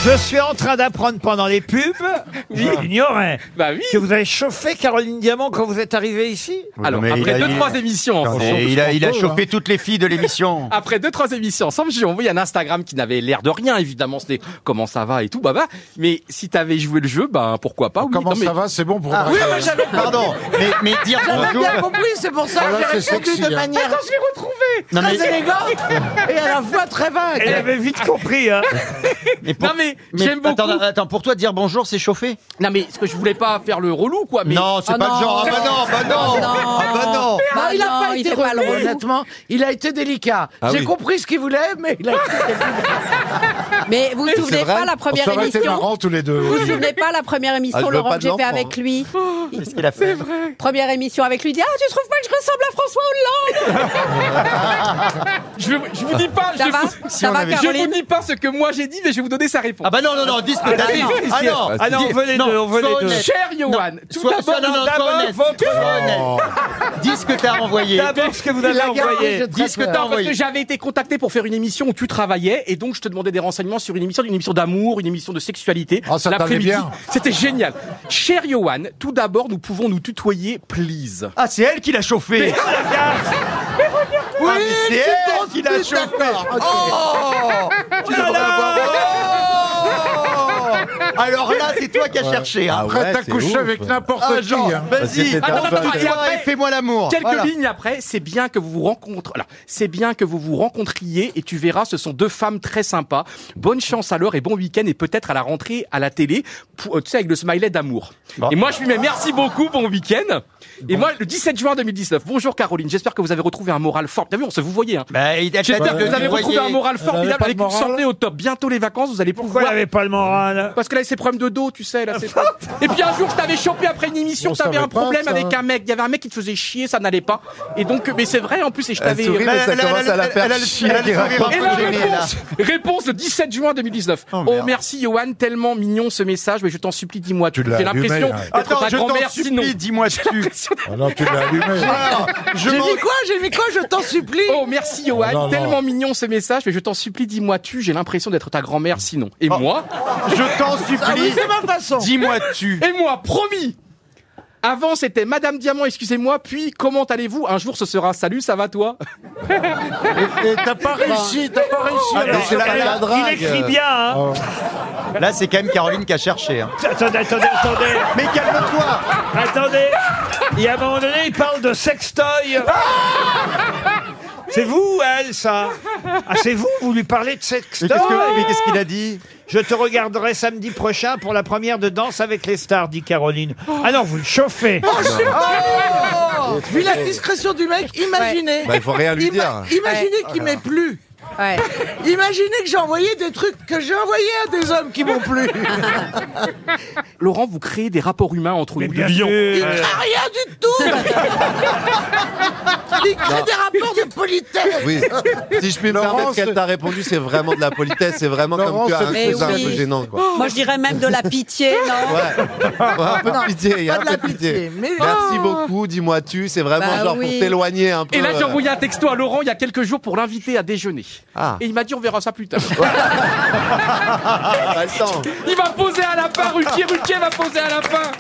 Je suis en train d'apprendre pendant les pubs, j'ignorais, que vous avez chauffé Caroline Diamant quand vous êtes arrivé ici. Alors, après 2-3 émissions ensemble. Il a chauffé toutes les filles de l'émission. Après 2-3 émissions ensemble, j'ai envoyé un Instagram qui n'avait l'air de rien, évidemment. C'était comment ça va et tout, Mais si t'avais joué le jeu, pourquoi pas. Oui. Comment ça va, c'est bon pour oui, moi j'avais... Pardon, mais dire bonjour... J'avais bien compris, c'est pour ça que j'ai répondu de manière Attends, je l'ai retrouvé. très élégante et à la fois très vague. Elle avait vite compris, hein. Mais j'aime beaucoup. Attends, pour toi dire bonjour, c'est chauffer? Non, mais ce que je voulais pas faire le relou, quoi. Mais... Non, c'est pas le genre. Non. Il a pas été relou, honnêtement. Il a été délicat. J'ai compris ce qu'il voulait, mais il a été délicat. Mais vous vous souvenez pas la première Ça va été émission? marrant tous les deux. Vous vous souvenez pas la première émission, je veux Laurent, pas que de j'ai fait l'enfant, avec lui? Qu'est-ce qu'il a fait? Première émission avec lui, il dit: ah, tu trouves pas que je ressemble à François Hollande? Je vous dis pas, Ça va? Ça va, je vous Caroline? dis pas ce que moi j'ai dit, mais je vais vous donner sa réponse. Ah bah non, dis ce que t'as dit. Ah non, on veut les deux, on veut les deux. Cher Johan, tout d'abord, votre... Dis ce que t'as envoyé. D'abord ce que vous avez envoyé. Dis ce que t'as parce envoyé. que j'avais été contacté pour faire une émission où tu travaillais et donc je te demandais des renseignements sur une émission d'amour, une émission de sexualité. Ah, ça t'allait l'après-midi. bien. C'était génial. Cher Johan, tout d'abord, nous pouvons nous tutoyer, please. Ah, c'est elle qui l'a chauffé. Oui, c'est elle qui l'a chauffé. Oh, tu devrais avoir... Alors là, c'est toi qui as cherché. Hein. Après, t'as couché avec n'importe qui. Genre, hein. vas-y, Et après, fais-moi l'amour. quelques lignes après, c'est bien que vous vous rencontrez. Alors, c'est bien que vous vous rencontriez et tu verras, ce sont deux femmes très sympas. Bonne chance alors et bon week-end et peut-être à la rentrée à la télé, pour, tu sais, avec le smiley d'amour. Bon. Et moi, je lui mets merci beaucoup, bon week-end. Et moi, le 17 juin 2019. Bonjour Caroline, j'espère que vous avez retrouvé un moral fort. T'as vu, on se vous voyait. Hein. Bah, J'espère que vous avez retrouvé un moral Elle formidable avait pas avec de une moral. santé au top. Bientôt les vacances, vous allez Pourquoi pouvoir. elle n'avait pas le moral? Parce que là, c'est problème de dos, tu sais. Là, c'est pas... Et puis un jour, je t'avais chopé après une émission, On t'avais savait un problème pas, ça. avec un mec. Il y avait un mec qui te faisait chier, ça n'allait pas. Et donc, mais c'est vrai en plus, et je t'avais. mais ça commence à la faire chier. Elle a le sourire un Et peu la gêné, là. réponse le 17 juin 2019. Oh, merde. merci Johan, tellement mignon ce message, mais je t'en supplie, dis-moi tu. Tu l'as J'ai l'impression allumé, hein. d'être Attends, ta je t'en grand-mère sinon. supplie, dis-moi tu. Ah non, tu l'as allumé. J'ai mis quoi, je t'en supplie. Oh, merci Johan, Non. tellement mignon ce message, mais je t'en supplie, dis-moi tu. J'ai l'impression d'être ta grand-mère sinon. Et moi, Je t'en Ah oui, supplie, c'est ma façon. dis-moi tu. et moi, promis. Avant, c'était Madame Diamant, excusez-moi, puis comment allez-vous? Un jour, ce sera salut, ça va toi? Et t'as pas réussi, Attends, c'est la Il drague. écrit bien, hein. Là, c'est quand même Caroline qui a cherché. Hein. Attendez. Mais calme-toi. Attendez. Il y a un moment donné, il parle de sextoy. C'est vous, elle, ça? Ah, c'est vous lui parlez de sextoy? Mais qu'est-ce qu'il a dit? Je te regarderai samedi prochain pour la première de Danse avec les stars, dit Caroline. Ah non, vous le chauffez. Vu la discrétion du mec, imaginez. Bah, il faut rien lui dire. Imaginez qu'il m'ait plu. Ouais. Imaginez que j'ai envoyé des trucs que j'ai envoyés à des hommes qui m'ont plu. Laurent, vous créez des rapports humains entre nous. bien Lions. sûr. Il crée rien du tout. Il crée des rapports de politesse. Oui. Si je puis me Laurence, permettre qu'elle t'a répondu, c'est vraiment de la politesse, c'est vraiment Laurence, comme tu as un mais cousin un oui. peu gênant, quoi. Moi, je dirais même de la pitié, non? Ouais. Un peu de pitié, il y a Pas un de la peu de pitié. pitié, mais- Merci beaucoup, dis-moi tu, c'est vraiment Bah genre oui. pour t'éloigner un peu. Et là, j'ai envoyé un texto à Laurent il y a quelques jours pour l'inviter à déjeuner. Ah. Et il m'a dit, on verra ça plus tard. Pas le temps. Il va poser à la fin, Ruquier va poser à la fin.